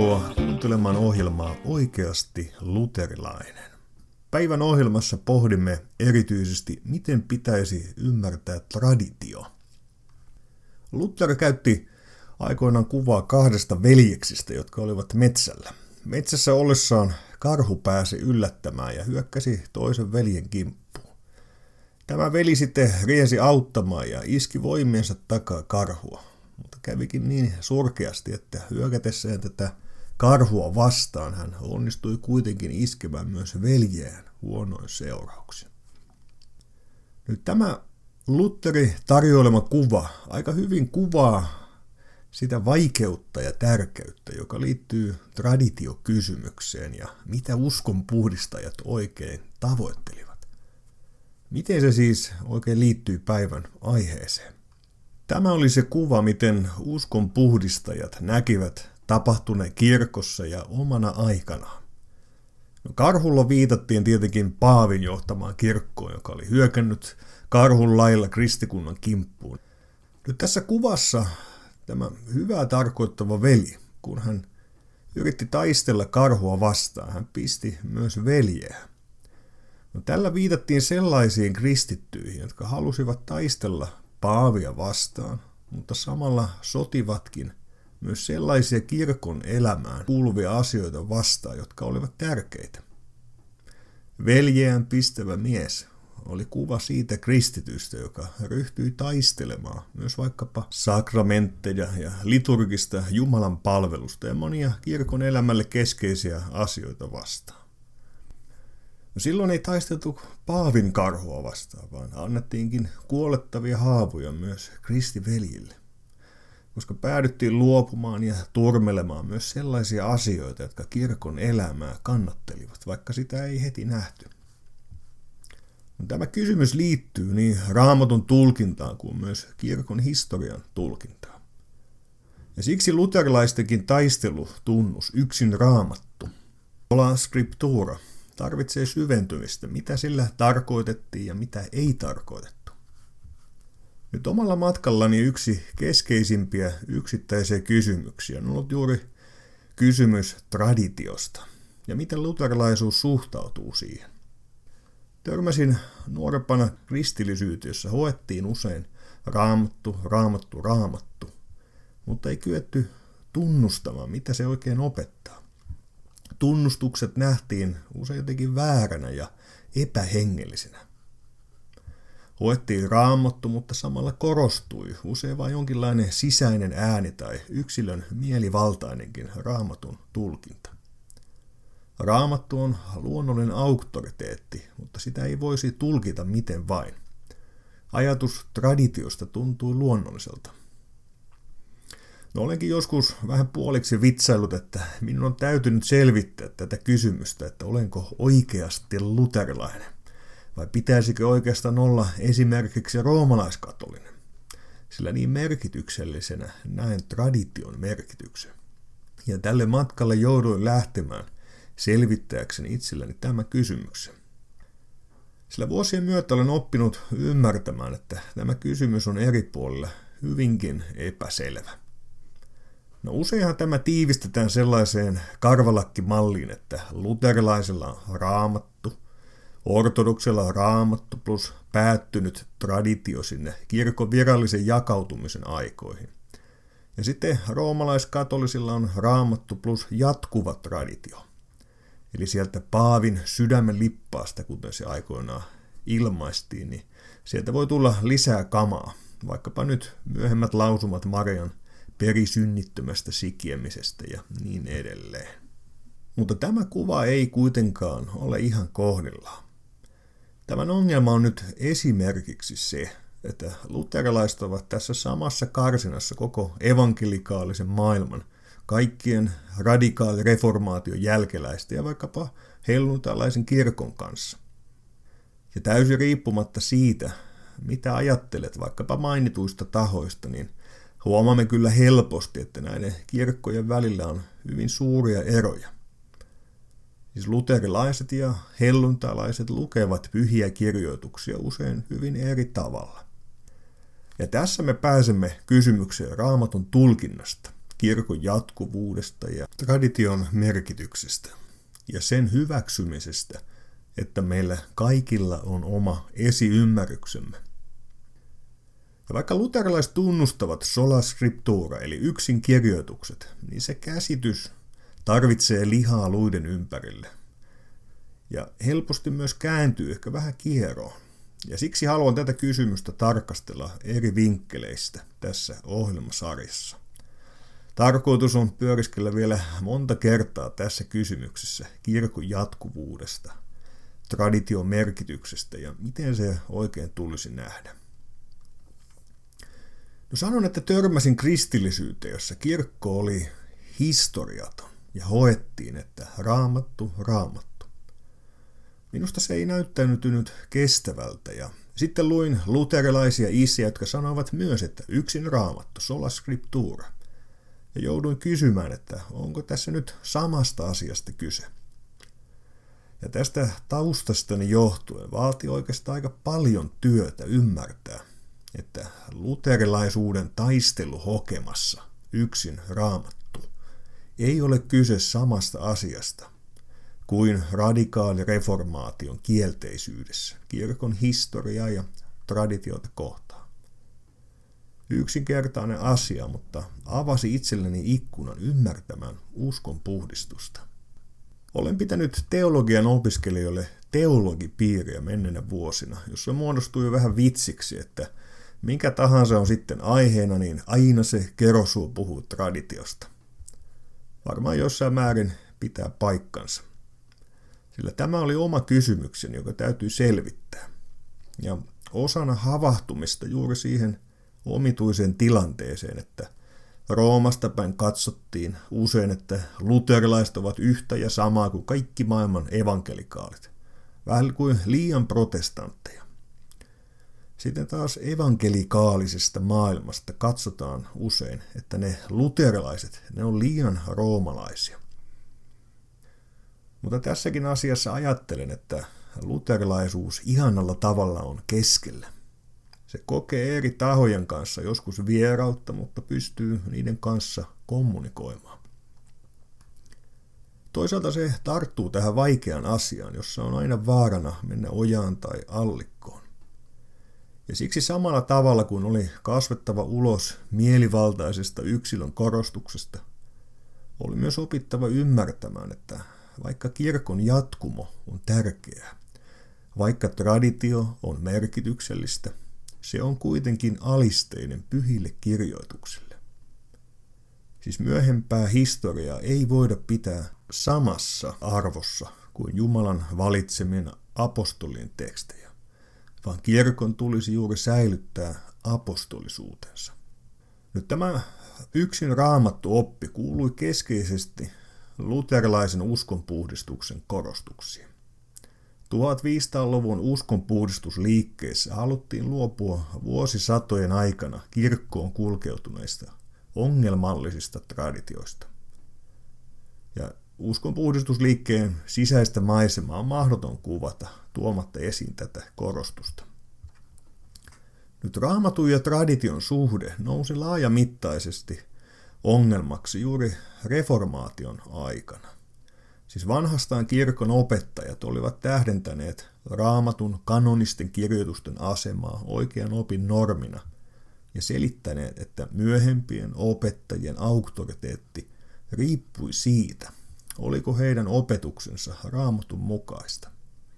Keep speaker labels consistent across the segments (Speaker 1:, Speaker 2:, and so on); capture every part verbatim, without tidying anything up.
Speaker 1: Tervetuloa kuuntelemaan ohjelmaa Oikeasti luterilainen. Päivän ohjelmassa pohdimme erityisesti, miten pitäisi ymmärtää traditio. Luther käytti aikoinaan kuvaa kahdesta veljeksistä, jotka olivat metsällä. Metsässä ollessaan karhu pääsi yllättämään ja hyökkäsi toisen veljen kimppuun. Tämä veli sitten riensi auttamaan ja iski voimiensa takaa karhua, mutta kävikin niin surkeasti, että hyökätessään tätä karhua vastaan hän onnistui kuitenkin iskemään myös veljeään huonoin seurauksin. Nyt tämä Lutherin tarjoilema kuva aika hyvin kuvaa sitä vaikeutta ja tärkeyttä, joka liittyy traditiokysymykseen ja mitä uskon puhdistajat oikein tavoittelivat. Miten se siis oikein liittyy päivän aiheeseen? Tämä oli se kuva, miten uskon puhdistajat näkivät tapahtuneen kirkossa ja omana aikanaan. No, karhulla viitattiin tietenkin paavin johtamaan kirkkoon, joka oli hyökännyt karhun lailla kristikunnan kimppuun. Nyt tässä kuvassa tämä hyvää tarkoittava veli, kun hän yritti taistella karhua vastaan, hän pisti myös veljeä. No, tällä viitattiin sellaisiin kristittyihin, jotka halusivat taistella paavia vastaan, mutta samalla sotivatkin myös sellaisia kirkon elämään kuuluvia asioita vastaan, jotka olivat tärkeitä. Veljeään pistävä mies oli kuva siitä kristitystä, joka ryhtyi taistelemaan myös vaikkapa sakramentteja ja liturgista Jumalan palvelusta ja monia kirkon elämälle keskeisiä asioita vastaan. No, silloin ei taisteltu paavin karhua vastaan, vaan annettiinkin kuolettavia haavoja myös kristiveljille, koska päädyttiin luopumaan ja turmelemaan myös sellaisia asioita, jotka kirkon elämää kannattelivat, vaikka sitä ei heti nähty. Tämä kysymys liittyy niin Raamatun tulkintaan kuin myös kirkon historian tulkintaan. Ja siksi luterilaistenkin taistelutunnus yksin Raamattu, sola scriptura, tarvitsee syventymistä, mitä sillä tarkoitettiin ja mitä ei tarkoitettu. Nyt omalla matkallani yksi keskeisimpiä yksittäisiä kysymyksiä on ollut juuri kysymys traditiosta ja miten luterilaisuus suhtautuu siihen. Törmäsin nuorempana kristillisyyteen, jossa hoettiin usein raamattu, raamattu, raamattu, mutta ei kyetty tunnustamaan, mitä se oikein opettaa. Tunnustukset nähtiin usein jotenkin vääränä ja epähengellisenä. Hoettiin raamattu, mutta samalla korostui usein vain jonkinlainen sisäinen ääni tai yksilön mielivaltainenkin raamatun tulkinta. Raamattu on luonnollinen auktoriteetti, mutta sitä ei voisi tulkita miten vain. Ajatus traditiosta tuntuu luonnolliselta. No, olenkin joskus vähän puoliksi vitsailut, että minun on täytynyt selvittää tätä kysymystä, että olenko oikeasti luterilainen, vai pitäisikö oikeastaan olla esimerkiksi roomalaiskatolinen, sillä niin merkityksellisenä näen tradition merkityksen. Ja tälle matkalle jouduin lähtemään selvittääkseni itselleni tämän kysymyksen. Sillä vuosien myötä olen oppinut ymmärtämään, että tämä kysymys on eri puolilla hyvinkin epäselvä. No, useinhan tämä tiivistetään sellaiseen karvalakkimalliin, että luterilaisella on raamattu, ortodoksella on raamattu plus päättynyt traditio sinne kirkon virallisen jakautumisen aikoihin. Ja sitten roomalaiskatolisilla on raamattu plus jatkuva traditio. Eli sieltä paavin sydämen lippaasta, kuten se aikoinaan ilmaistiin, niin sieltä voi tulla lisää kamaa, vaikkapa nyt myöhemmät lausumat Marian perisynnittömästä sikiemisestä ja niin edelleen. Mutta tämä kuva ei kuitenkaan ole ihan kohdillaan. Tämän ongelma on nyt esimerkiksi se, että luterilaiset ovat tässä samassa karsinassa koko evankelikaalisen maailman, kaikkien radikaalireformaation jälkeläisten ja vaikkapa helluntalaisen kirkon kanssa. Ja täysin riippumatta siitä, mitä ajattelet vaikkapa mainituista tahoista, niin huomaamme kyllä helposti, että näiden kirkkojen välillä on hyvin suuria eroja. Siis luterilaiset ja helluntalaiset lukevat pyhiä kirjoituksia usein hyvin eri tavalla. Ja tässä me pääsemme kysymykseen Raamatun tulkinnasta. kirkon jatkuvuudesta ja tradition merkityksestä ja sen hyväksymisestä, että meillä kaikilla on oma esiymmärryksemme. Ja vaikka luterilaiset tunnustavat sola scriptura eli yksin kirjoitukset, niin se käsitys tarvitsee lihaa luiden ympärille. Ja helposti myös kääntyy ehkä vähän kieroon. Ja siksi haluan tätä kysymystä tarkastella eri vinkkeleistä tässä ohjelmasarjassa. Tarkoitus on pyöriskellä vielä monta kertaa tässä kysymyksessä kirkon jatkuvuudesta, tradition merkityksestä ja miten se oikein tulisi nähdä. No sanon, että törmäsin kristillisyyteen, jossa kirkko oli historiaton ja hoettiin, että raamattu, raamattu. Minusta se ei näyttänyt kestävältä ja sitten luin luterilaisia isiä, jotka sanoivat myös, että yksin raamattu, sola scriptura. Ja jouduin kysymään, että onko tässä nyt samasta asiasta kyse. Ja tästä taustastani johtuen vaatii oikeastaan aika paljon työtä ymmärtää, että luterilaisuuden taisteluhokemassa yksin raamattu ei ole kyse samasta asiasta kuin radikaali reformaation kielteisyydessä, kirkon historiaa ja traditioita kohtaan. Yksinkertainen asia, mutta avasi itselleni ikkunan ymmärtämään uskon puhdistusta. Olen pitänyt teologian opiskelijoille teologipiiriä menneinä vuosina, jossa muodostui jo vähän vitsiksi, että mikä tahansa on sitten aiheena, niin aina se kerosuu puhuu traditiosta. Varmaan jossain määrin pitää paikkansa. Sillä tämä oli oma kysymykseni, joka täytyy selvittää. Ja osana havahtumista juuri siihen omituiseen tilanteeseen, että Roomasta päin katsottiin usein, että luterilaiset ovat yhtä ja samaa kuin kaikki maailman evankelikaalit. Vähän kuin liian protestantteja. Sitten taas evankelikaalisesta maailmasta katsotaan usein, että ne luterilaiset, ne on liian roomalaisia. Mutta tässäkin asiassa ajattelen, että luterilaisuus ihanalla tavalla on keskellä. Se kokee eri tahojen kanssa joskus vierautta, mutta pystyy niiden kanssa kommunikoimaan. Toisaalta se tarttuu tähän vaikeaan asiaan, jossa on aina vaarana mennä ojaan tai allikkoon. Ja siksi samalla tavalla kuin oli kasvettava ulos mielivaltaisesta yksilön korostuksesta, oli myös opittava ymmärtämään, että vaikka kirkon jatkumo on tärkeää, vaikka traditio on merkityksellistä, se on kuitenkin alisteinen pyhille kirjoituksille. Siis myöhempää historiaa ei voida pitää samassa arvossa kuin Jumalan valitsemien apostolien tekstejä, vaan kirkon tulisi juuri säilyttää apostolisuutensa. Nyt tämä yksin raamattu oppi kuului keskeisesti luterilaisen uskonpuhdistuksen korostuksiin. tuhatviisisataaluvun uskonpuhdistusliikkeessä haluttiin luopua vuosisatojen aikana kirkkoon kulkeutuneista ongelmallisista traditioista. Ja uskonpuhdistusliikkeen sisäistä maisemaa on mahdoton kuvata tuomatta esiin tätä korostusta. Nyt raamatun ja tradition suhde nousi laajamittaisesti ongelmaksi juuri reformaation aikana. Siis vanhastaan kirkon opettajat olivat tähdentäneet raamatun kanonisten kirjoitusten asemaa oikean opin normina ja selittäneet, että myöhempien opettajien auktoriteetti riippui siitä, oliko heidän opetuksensa raamatun mukaista.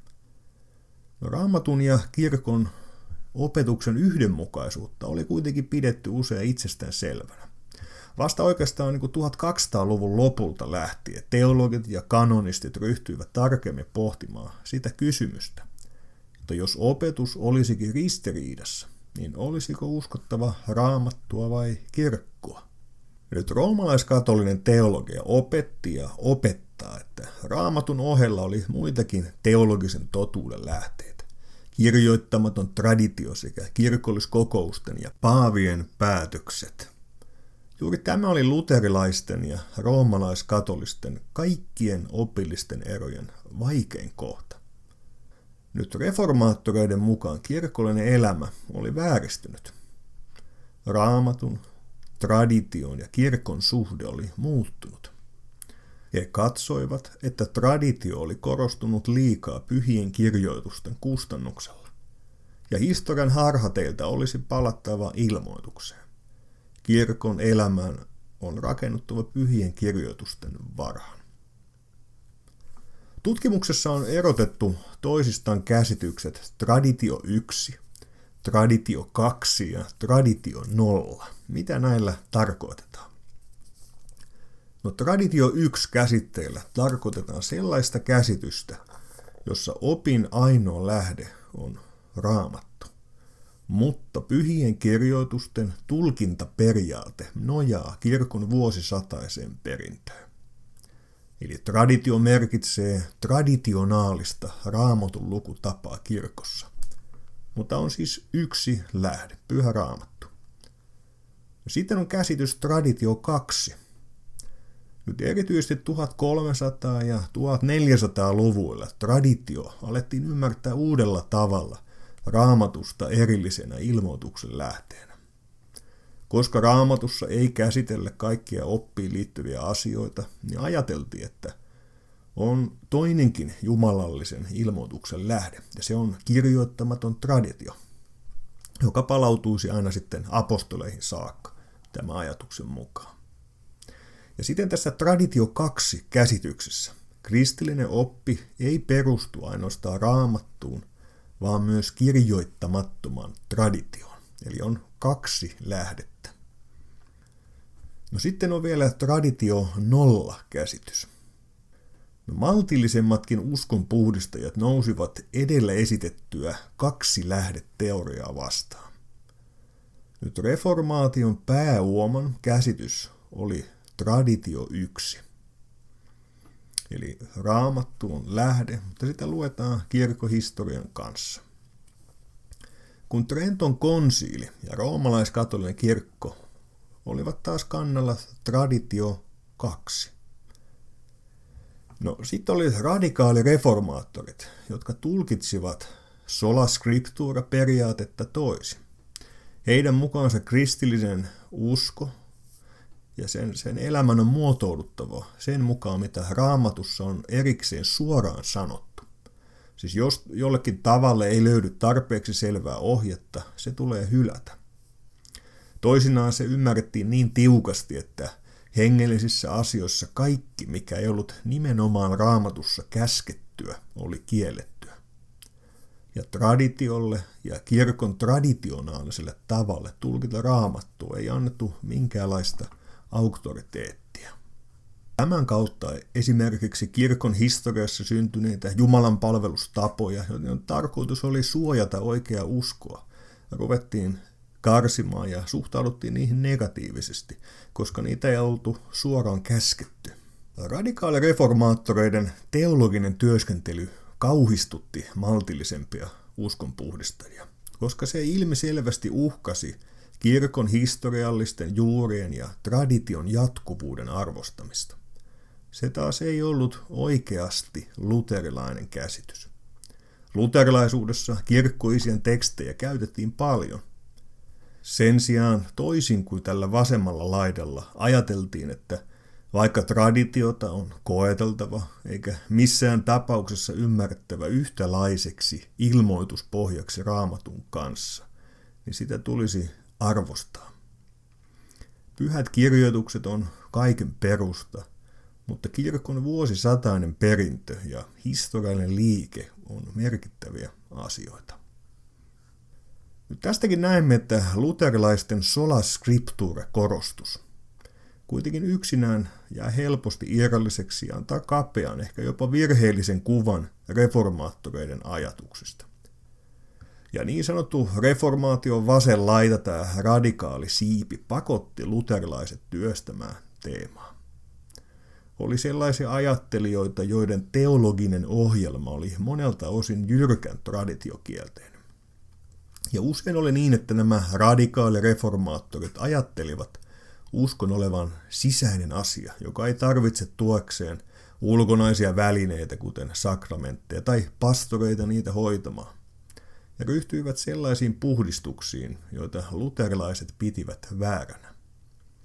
Speaker 1: No, raamatun ja kirkon opetuksen yhdenmukaisuutta oli kuitenkin pidetty usein itsestään selvänä. Vasta oikeastaan niin tuhatkaksisataaluvun lopulta lähtien teologit ja kanonistit ryhtyivät tarkemmin pohtimaan sitä kysymystä, että jos opetus olisikin ristiriidassa, niin olisiko uskottava raamattua vai kirkkoa? Nyt roomalaiskatolinen teologia opetti ja opettaa, että raamatun ohella oli muitakin teologisen totuuden lähteitä, kirjoittamaton traditio sekä kirkolliskokousten ja paavien päätökset. Juuri tämä oli luterilaisten ja roomalaiskatolisten kaikkien opillisten erojen vaikein kohta. Nyt reformaattoreiden mukaan kirkollinen elämä oli vääristynyt. Raamatun, tradition ja kirkon suhde oli muuttunut. He katsoivat, että traditio oli korostunut liikaa pyhien kirjoitusten kustannuksella, ja historian harhateilta olisi palattava ilmoitukseen. Kirkon elämään on rakennuttava pyhien kirjoitusten varaan. Tutkimuksessa on erotettu toisistaan käsitykset traditio yksi, traditio kaksi ja traditio nolla. Mitä näillä tarkoitetaan? No, traditio yksi käsitteellä tarkoitetaan sellaista käsitystä, jossa opin ainoa lähde on Raamattu, mutta pyhien kirjoitusten tulkintaperiaate nojaa kirkon vuosisataiseen perintöön. Eli traditio merkitsee traditionaalista Raamatun lukutapaa kirkossa, mutta on siis yksi lähde, Pyhä Raamattu. Sitten on käsitys traditio kaksi. Nyt erityisesti tuhatkolmesataa- ja tuhatneljäsataa-luvuilla traditio alettiin ymmärtää uudella tavalla Raamatusta erillisenä ilmoituksen lähteenä. Koska Raamatussa ei käsitellä kaikkia oppiin liittyviä asioita, niin ajateltiin, että on toinenkin jumalallisen ilmoituksen lähde, ja se on kirjoittamaton traditio, joka palautuisi aina sitten apostoleihin saakka tämän ajatuksen mukaan. Ja sitten tässä traditio kaksi käsityksessä kristillinen oppi ei perustu ainoastaan Raamattuun, vaan myös kirjoittamattomaan traditioon, eli on kaksi lähdettä. No sitten on vielä traditio nolla käsitys. No, maltillisemmatkin uskonpuhdistajat nousivat edellä esitettyä kaksi lähdeteoriaa vastaan. Nyt reformaation pääuoman käsitys oli traditio yksi. Eli Raamattu on lähde, mutta sitä luetaan kirkkohistorian kanssa. Kun Trenton konsiili ja roomalaiskatolinen kirkko olivat taas kannalla traditio kaksi. No, sitten oli radikaalireformaattorit, jotka tulkitsivat sola scriptura-periaatetta toisin. Heidän mukaansa kristillinen usko ja sen, sen elämän on muotouduttava sen mukaan, mitä Raamatussa on erikseen suoraan sanottu. Siis jos jollekin tavalle ei löydy tarpeeksi selvää ohjetta, se tulee hylätä. Toisinaan se ymmärrettiin niin tiukasti, että hengellisissä asioissa kaikki, mikä ei ollut nimenomaan Raamatussa käskettyä, oli kiellettyä. Ja traditiolle ja kirkon traditionaaliselle tavalle tulkita Raamattua ei annettu minkäänlaista auktoriteettia. Tämän kautta esimerkiksi kirkon historiassa syntyneitä Jumalan palvelustapoja, joiden tarkoitus oli suojata oikeaa uskoa, ruvettiin karsimaan ja suhtauduttiin niihin negatiivisesti, koska niitä ei oltu suoraan käsketty. Radikaalireformaattoreiden teologinen työskentely kauhistutti maltillisempia uskonpuhdistajia, koska se ilmiselvästi uhkasi kirkon historiallisten juurien ja tradition jatkuvuuden arvostamista. Se taas ei ollut oikeasti luterilainen käsitys. Luterilaisuudessa kirkkoisien tekstejä käytettiin paljon. Sen sijaan toisin kuin tällä vasemmalla laidalla ajateltiin, että vaikka traditiota on koeteltava eikä missään tapauksessa ymmärrettävä yhtälaiseksi ilmoituspohjaksi Raamatun kanssa, niin sitä tulisi arvostaa. Pyhät kirjoitukset on kaiken perusta, mutta kirkon vuosisatainen perintö ja historiallinen liike on merkittäviä asioita. Nyt tästäkin näemme, että luterilaisten sola scriptura korostus kuitenkin yksinään jää helposti irralliseksi ja antaa kapean, ehkä jopa virheellisen kuvan reformaattoreiden ajatuksista. Ja niin sanottu reformaation vasen laita, tämä radikaali siipi, pakotti luterilaiset työstämään teemaa. Oli sellaisia ajattelijoita, joiden teologinen ohjelma oli monelta osin jyrkän traditiokielteinen. Ja usein oli niin, että nämä radikaalireformaattorit ajattelivat uskon olevan sisäinen asia, joka ei tarvitse tuekseen ulkonaisia välineitä, kuten sakramentteja tai pastoreita niitä hoitamaan. Ja ryhtyivät sellaisiin puhdistuksiin, joita luterilaiset pitivät vääränä.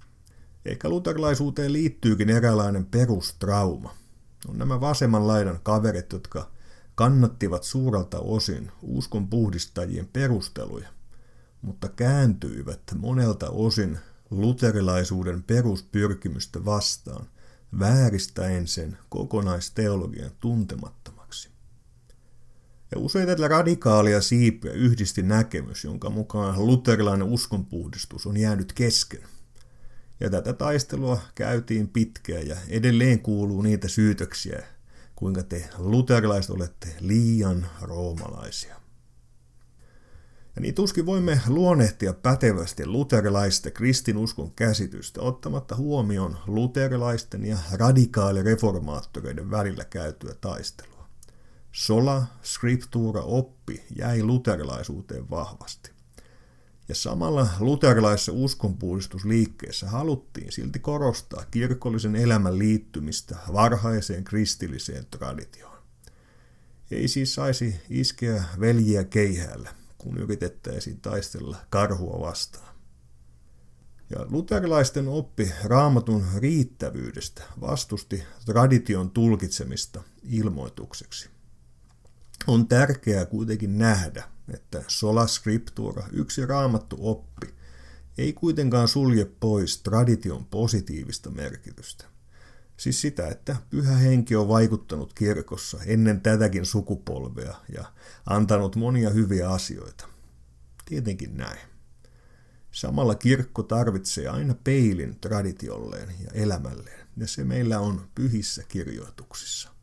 Speaker 1: Ehkä luterilaisuuteen liittyykin eräänlainen perustrauma. On nämä vasemman laidan kaverit, jotka kannattivat suurelta osin uskonpuhdistajien perusteluja, mutta kääntyivät monelta osin luterilaisuuden peruspyrkimystä vastaan, vääristäen sen kokonaisteologian tuntemattomaksi. Ja useita radikaalia siipiä yhdisti näkemys, jonka mukaan luterilainen uskonpuhdistus on jäänyt kesken. Ja tätä taistelua käytiin pitkään ja edelleen kuuluu niitä syytöksiä, kuinka te luterilaiset olette liian roomalaisia. Ja niin tuskin voimme luonnehtia pätevästi luterilaista kristinuskon käsitystä ottamatta huomioon luterilaisten ja radikaalireformaattoreiden välillä käytyä taistelua. Sola scriptura oppi jäi luterilaisuuteen vahvasti. Ja samalla luterilaisessa uskonpuhdistusliikkeessä haluttiin silti korostaa kirkollisen elämän liittymistä varhaiseen kristilliseen traditioon. Ei siis saisi iskeä veljiä keihäällä, kun yritettäisiin taistella karhua vastaan. Ja luterilaisten oppi Raamatun riittävyydestä vastusti tradition tulkitsemista ilmoitukseksi. On tärkeää kuitenkin nähdä, että sola scriptura, yksi raamattu oppi, ei kuitenkaan sulje pois tradition positiivista merkitystä. Siis sitä, että Pyhä Henki on vaikuttanut kirkossa ennen tätäkin sukupolvea ja antanut monia hyviä asioita. Tietenkin näin. Samalla kirkko tarvitsee aina peilin traditiolleen ja elämälleen, ja se meillä on pyhissä kirjoituksissa.